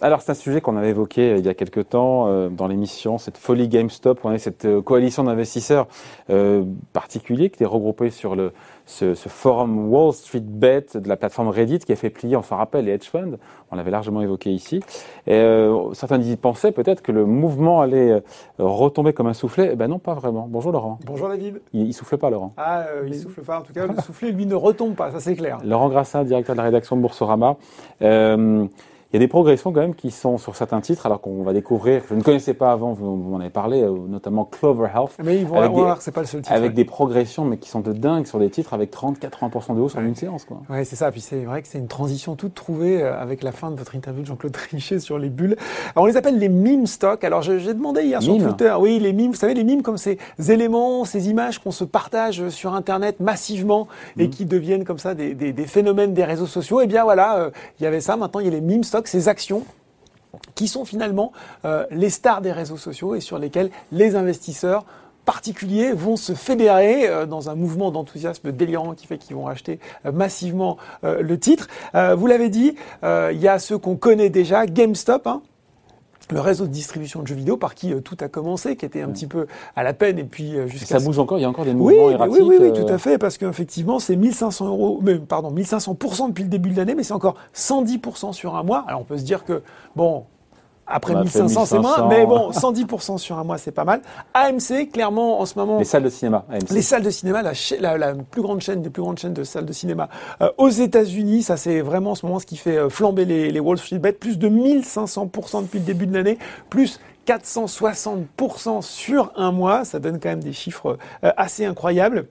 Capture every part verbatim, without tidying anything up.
Alors, c'est un sujet qu'on avait évoqué il y a quelques temps euh, dans l'émission, cette folie GameStop, où on avait cette euh, coalition d'investisseurs euh, particuliers qui était regroupée sur le, ce, ce forum Wall Street Bet de la plateforme Reddit qui a fait plier, on s'en rappelle, les hedge funds. On l'avait largement évoqué ici. Et euh, certains y pensaient peut-être que le mouvement allait euh, retomber comme un soufflet. Eh ben non, pas vraiment. Bonjour Laurent. Bonjour David. Il, il souffle pas, Laurent. Ah, euh, il souffle pas. En tout cas, le soufflet, lui, ne retombe pas. Ça, c'est clair. Laurent Grassin, directeur de la rédaction de Boursorama. Euh, Il y a des progressions quand même qui sont sur certains titres, alors qu'on va découvrir. Je ne connaissais pas avant, vous, vous en avez parlé, notamment Clover Health. Mais ils vont avec voir, des, c'est pas le seul titre. Avec ouais. des progressions, mais qui sont de dingue sur des titres avec trente à quatre-vingts pour cent de hausse en ouais. une séance, quoi. Ouais, c'est ça. Puis c'est vrai que c'est une transition toute trouvée avec la fin de votre interview de Jean-Claude Trichet sur les bulles. Alors on les appelle les meme stocks. Alors je, j'ai demandé hier sur Mime. Twitter. Oui, les memes. Vous savez, les memes comme ces éléments, ces images qu'on se partage sur Internet massivement et mmh. qui deviennent comme ça des, des, des phénomènes des réseaux sociaux. Eh bien voilà, euh, il y avait ça. Maintenant il y a les meme stocks, ces actions qui sont finalement euh, les stars des réseaux sociaux et sur lesquels les investisseurs particuliers vont se fédérer euh, dans un mouvement d'enthousiasme délirant qui fait qu'ils vont acheter euh, massivement euh, le titre. Euh, vous l'avez dit, euh, il y a ceux qu'on connaît déjà, GameStop, hein, le réseau de distribution de jeux vidéo par qui euh, tout a commencé, qui était un ouais. petit peu à la peine et puis euh, jusqu'à... Ça bouge encore, il y a encore des mouvements oui, erratiques. Oui, oui, oui, euh... tout à fait, parce qu'effectivement, c'est mille cinq cents euros, mais, pardon, mille cinq cents pour cent depuis le début de l'année, mais c'est encore cent dix pour cent sur un mois. Alors on peut se dire que, bon... Après mille cinq cents, c'est moins, mais bon, cent dix pour cent sur un mois, c'est pas mal. A M C, clairement, en ce moment... Les salles de cinéma, A M C. Les salles de cinéma, la, cha- la, la plus grande chaîne des plus grandes chaînes de salles de cinéma euh, aux États-Unis, ça c'est vraiment en ce moment ce qui fait euh, flamber les, les Wall Street Bet, plus de mille cinq cents pour cent depuis le début de l'année, plus quatre cent soixante pour cent sur un mois, ça donne quand même des chiffres euh, assez incroyables.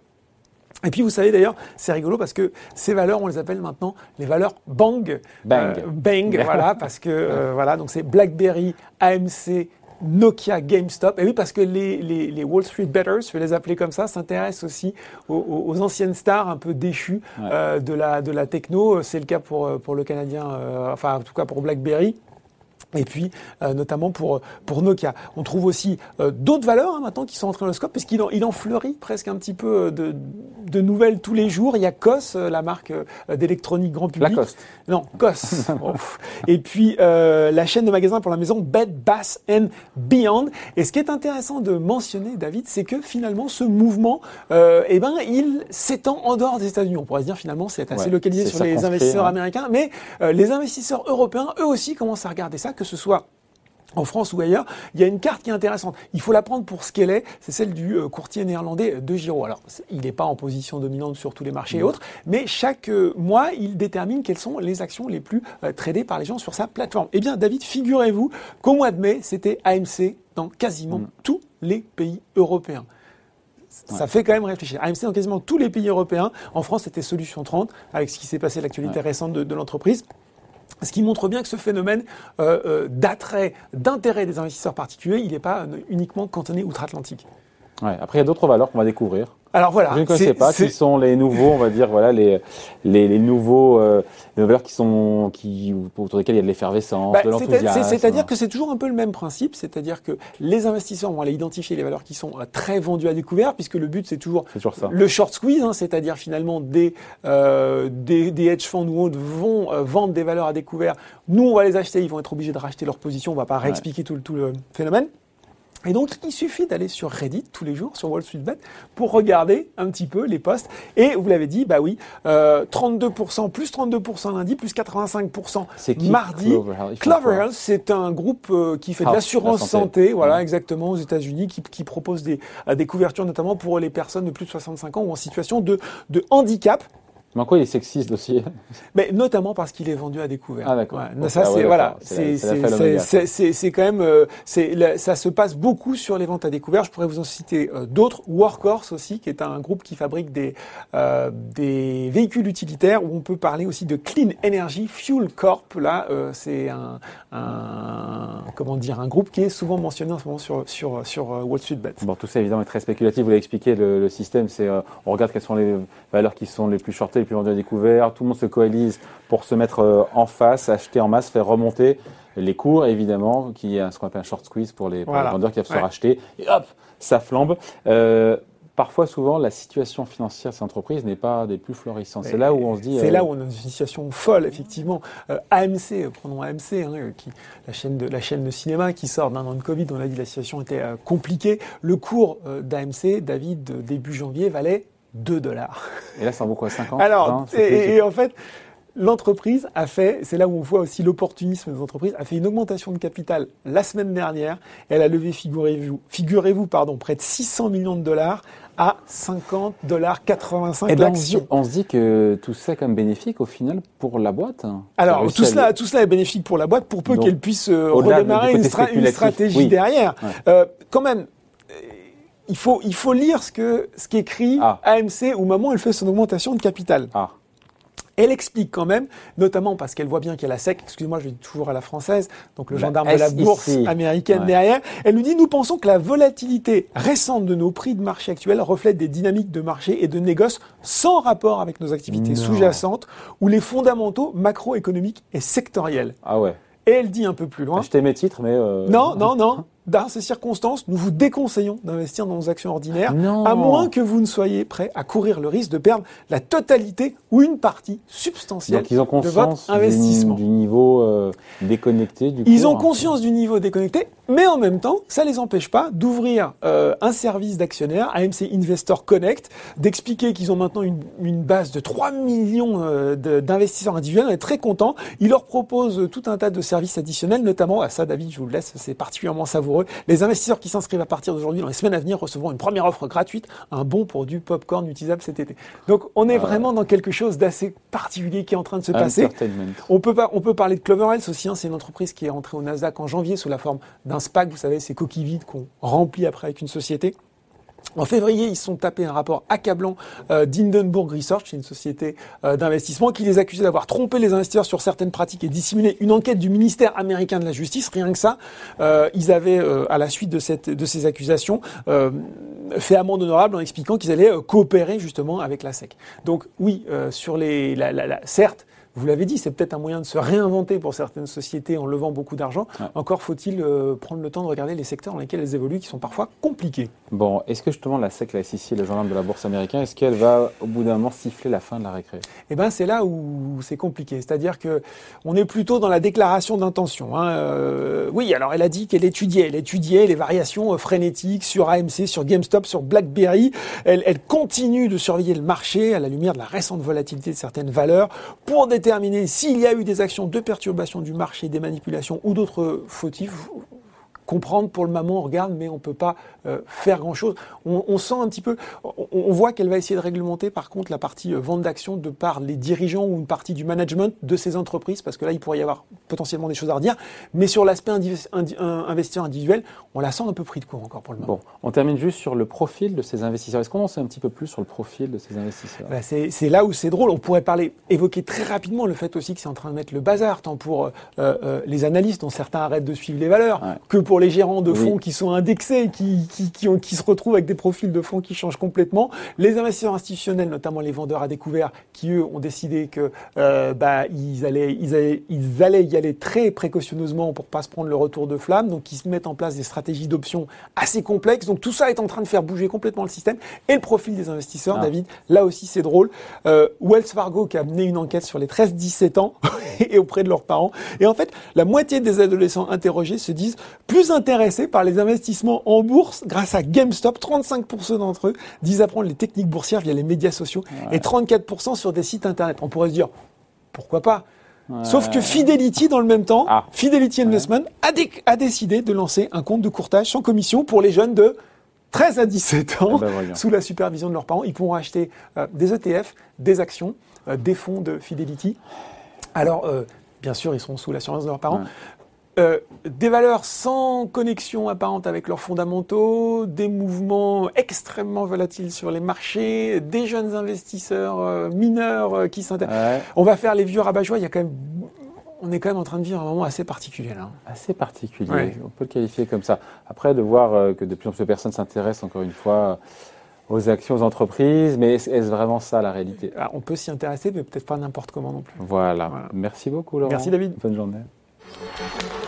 Et puis vous savez d'ailleurs, c'est rigolo parce que ces valeurs, on les appelle maintenant les valeurs bang, bang, euh, bang, voilà, parce que euh, voilà, donc c'est BlackBerry, A M C, Nokia, GameStop. Et oui, parce que les, les, les Wall Street Betters, je vais les appeler comme ça, s'intéressent aussi aux, aux anciennes stars un peu déchues ouais. euh, de la de la techno. C'est le cas pour pour le Canadien, euh, enfin en tout cas pour BlackBerry. Et puis, euh, notamment pour pour Nokia. On trouve aussi euh, d'autres valeurs hein, maintenant qui sont entrées dans le scope, parce qu'il en, il en fleurit presque un petit peu de, de nouvelles tous les jours. Il y a C O S, euh, la marque euh, d'électronique grand public. Lacoste. Non, C O S. oh. Et puis, euh, la chaîne de magasins pour la maison Bed Bath and Beyond. Et ce qui est intéressant de mentionner, David, c'est que finalement, ce mouvement, euh, eh ben, il s'étend en dehors des États-Unis. On pourrait se dire finalement, c'est assez ouais, localisé c'est sur les investisseurs hein. américains, mais euh, les investisseurs européens, eux aussi, commencent à regarder ça, que ce soit en France ou ailleurs. Il y a une carte qui est intéressante. Il faut la prendre pour ce qu'elle est. C'est celle du euh, courtier néerlandais De Giro. Alors, il n'est pas en position dominante sur tous les marchés mmh. et autres, mais chaque euh, mois, il détermine quelles sont les actions les plus euh, tradées par les gens sur sa plateforme. Eh bien, David, figurez-vous qu'au mois de mai, c'était A M C dans quasiment mmh. tous les pays européens. Ça ouais. fait quand même réfléchir. A M C dans quasiment tous les pays européens. En France, c'était Solution trente, avec ce qui s'est passé, l'actualité ouais. récente de, de l'entreprise. Ce qui montre bien que ce phénomène euh, euh, d'attrait, d'intérêt des investisseurs particuliers, il n'est pas euh, uniquement cantonné outre-Atlantique. Ouais, après, il y a d'autres valeurs qu'on va découvrir. Alors voilà, je ne connaissais pas, c'est... qui sont les nouveaux, on va dire, voilà, les les, les nouveaux, euh, les valeurs qui sont, qui autour desquelles il y a de l'effervescence, bah, de l'enthousiasme. C'est, c'est-à-dire que c'est toujours un peu le même principe, c'est-à-dire que les investisseurs vont aller identifier les valeurs qui sont très vendues à découvert, puisque le but c'est toujours, c'est toujours ça. le short squeeze, hein, c'est-à-dire finalement des euh, des, des hedge funds ou autres vont euh, vendre des valeurs à découvert. Nous on va les acheter, ils vont être obligés de racheter leur position, on va pas réexpliquer ouais. tout, tout le phénomène. Et donc, il suffit d'aller sur Reddit tous les jours, sur Wall Street Bet, pour regarder un petit peu les posts. Et vous l'avez dit, bah oui, euh, trente-deux pour cent, plus trente-deux pour cent lundi, plus quatre-vingt-cinq pour cent c'est qui, mardi. Clover Health, Clover Health, c'est un groupe euh, qui fait de l'assurance santé, santé voilà, mmh. exactement, aux États-Unis, qui, qui propose des, des couvertures notamment pour les personnes de plus de soixante-cinq ans ou en situation de, de handicap. Mais en quoi il est sexiste aussi? Mais notamment parce qu'il est vendu à découvert. Ah d'accord. Ouais, ça c'est ouais, voilà, c'est c'est, c'est, c'est, c'est c'est quand même euh, c'est la, ça se passe beaucoup sur les ventes à découvert. Je pourrais vous en citer euh, d'autres. Workhorse aussi, qui est un groupe qui fabrique des euh, des véhicules utilitaires, où on peut parler aussi de Clean Energy Fuel Corp. Là, euh, c'est un, un comment dire un groupe qui est souvent mentionné en ce moment sur sur sur euh, Wall Street Bet. Bon, tout ça évidemment est très spéculatif. Vous l'avez expliqué, le, le système, c'est euh, on regarde quelles sont les valeurs qui sont les plus shortées, les plus vendues à découvert, tout le monde se coalise pour se mettre euh, en face, acheter en masse, faire remonter les cours, évidemment, qui est ce qu'on appelle un short squeeze pour les, pour voilà. les vendeurs qui doivent ouais. se racheter, et hop, ça flambe. Euh, parfois, souvent, la situation financière de ces entreprises n'est pas des plus florissantes. C'est là où on se dit... C'est euh... là où on a une situation folle, effectivement. Euh, A M C, prenons A M C, hein, qui, la, chaîne de, la chaîne de cinéma qui sort d'un an de Covid, on a dit la situation était euh, compliquée. Le cours euh, d'A M C, David, euh, début janvier, valait deux dollars. Et là, ça en vaut quoi, cinquante? Alors, vingt, et, et en fait... L'entreprise a fait, c'est là où on voit aussi l'opportunisme des entreprises, a fait une augmentation de capital la semaine dernière. Elle a levé, figurez-vous, figurez-vous pardon, près de six cents millions de dollars à cinquante dollars quatre-vingt-cinq l'action. On se dit que tout ça est quand même bénéfique au final pour la boîte. Alors tout cela, tout cela est bénéfique pour la boîte pour peu qu'elle puisse euh, redémarrer une, stra- une stratégie oui. derrière. Ouais. Euh, quand même. Il faut, il faut lire ce que, ce qu'écrit ah. A M C au moment où elle fait son augmentation de capital. Ah. Elle explique quand même, notamment parce qu'elle voit bien qu'il y a la S E C, excusez-moi, je dis toujours à la française, donc le la gendarme S E C. De la bourse américaine ouais. derrière. Elle nous dit, nous pensons que la volatilité récente de nos prix de marché actuels reflète des dynamiques de marché et de négoce sans rapport avec nos activités non. sous-jacentes ou les fondamentaux macroéconomiques et sectoriels. Ah ouais. Et elle dit un peu plus loin. Acheter mes titres, mais... Euh... Non, non, non. Dans ces circonstances, nous vous déconseillons d'investir dans nos actions ordinaires, non. à moins que vous ne soyez prêt à courir le risque de perdre la totalité ou une partie substantielle Donc, ils ont de votre investissement. Du, du niveau euh, déconnecté du Ils cours, ont conscience hein. du niveau déconnecté, mais en même temps, ça les empêche pas d'ouvrir euh, un service d'actionnaires, A M C Investor Connect, d'expliquer qu'ils ont maintenant une, une base de trois millions euh, de, d'investisseurs individuels. On est très contents. Ils leur proposent tout un tas de services additionnels, notamment, à ça David, je vous le laisse, c'est particulièrement savoureux. Les investisseurs qui s'inscrivent à partir d'aujourd'hui, dans les semaines à venir, recevront une première offre gratuite, un bon pour du popcorn utilisable cet été. Donc, on est ah, vraiment dans quelque chose d'assez particulier qui est en train de se passer. On peut pas, on peut parler de Clover Health aussi, hein, c'est une entreprise qui est rentrée au Nasdaq en janvier sous la forme d'un SPAC, vous savez, ces coquilles vides qu'on remplit après avec une société. En février, ils se sont tapés un rapport accablant euh, d'Hindenburg Research, c'est une société euh, d'investissement, qui les accusait d'avoir trompé les investisseurs sur certaines pratiques et dissimulé une enquête du ministère américain de la Justice. Rien que ça, euh, ils avaient, euh, à la suite de, cette, de ces accusations, euh, fait amende honorable en expliquant qu'ils allaient euh, coopérer justement avec la S E C. Donc oui, euh, sur les, la, la, la, certes, vous l'avez dit, c'est peut-être un moyen de se réinventer pour certaines sociétés en levant beaucoup d'argent. Ouais. Encore faut-il euh, prendre le temps de regarder les secteurs dans lesquels elles évoluent, qui sont parfois compliqués. Bon, est-ce que justement la S E C, la S E C, le gendarme de la bourse américaine, est-ce qu'elle va au bout d'un moment siffler la fin de la récré ? Eh ben, c'est là où c'est compliqué. C'est-à-dire que on est plutôt dans la déclaration d'intention. Hein. Euh, oui, alors elle a dit qu'elle étudiait, elle étudiait les variations frénétiques sur A M C, sur GameStop, sur BlackBerry. Elle, elle continue de surveiller le marché à la lumière de la récente volatilité de certaines valeurs pour déterminer s'il y a eu des actions de perturbation du marché, des manipulations ou d'autres fautifs. Comprendre pour le moment, on regarde, mais on peut pas euh, faire grand-chose. On, on sent un petit peu, on, on voit qu'elle va essayer de réglementer par contre la partie euh, vente d'actions de par les dirigeants ou une partie du management de ces entreprises, parce que là, il pourrait y avoir potentiellement des choses à redire. Mais sur l'aspect indiv- indi- investisseur individuel, on la sent un peu pris de court encore pour le moment. Bon, on termine juste sur le profil de ces investisseurs. Est-ce qu'on en sait un petit peu plus sur le profil de ces investisseurs ? Bah, c'est, c'est là où c'est drôle. On pourrait parler, évoquer très rapidement le fait aussi que c'est en train de mettre le bazar, tant pour euh, euh, les analystes dont certains arrêtent de suivre les valeurs, ouais. que pour les gérants de fonds oui. qui sont indexés, qui, qui, qui, ont, qui se retrouvent avec des profils de fonds qui changent complètement. Les investisseurs institutionnels, notamment les vendeurs à découvert, qui eux ont décidé que euh, bah, ils, allaient, ils, allaient, ils allaient y aller très précautionneusement pour pas se prendre le retour de flamme. Donc ils se mettent en place des stratégies d'options assez complexes. Donc tout ça est en train de faire bouger complètement le système. Et le profil des investisseurs, ah. David, là aussi c'est drôle. Euh, Wells Fargo qui a mené une enquête sur les treize dix-sept ans et auprès de leurs parents. Et en fait, la moitié des adolescents interrogés se disent plus intéressés par les investissements en bourse grâce à GameStop. trente-cinq pour cent d'entre eux disent apprendre les techniques boursières via les médias sociaux ouais. et trente-quatre pour cent sur des sites internet. On pourrait se dire, pourquoi pas ? Ouais. Sauf que Fidelity, dans le même temps, ah. Fidelity Investment ouais. a, dé- a décidé de lancer un compte de courtage sans commission pour les jeunes de treize à dix-sept ans, eh ben sous la supervision de leurs parents. Ils pourront acheter euh, des E T F, des actions, euh, des fonds de Fidelity. Alors, euh, bien sûr, ils seront sous la surveillance de leurs parents. Ouais. Euh, des valeurs sans connexion apparente avec leurs fondamentaux, des mouvements extrêmement volatiles sur les marchés, des jeunes investisseurs euh, mineurs euh, qui s'intéressent. Ouais. On va faire les vieux rabat-joie, il y a quand même... On est quand même en train de vivre un moment assez particulier là. Assez particulier, ouais. On peut le qualifier comme ça. Après, de voir euh, que de plus en plus de personnes s'intéressent encore une fois aux actions, aux entreprises, mais est-ce vraiment ça la réalité ? Alors, on peut s'y intéresser, mais peut-être pas n'importe comment non plus. Voilà. voilà. Merci beaucoup Laurent. Merci David. Bonne journée.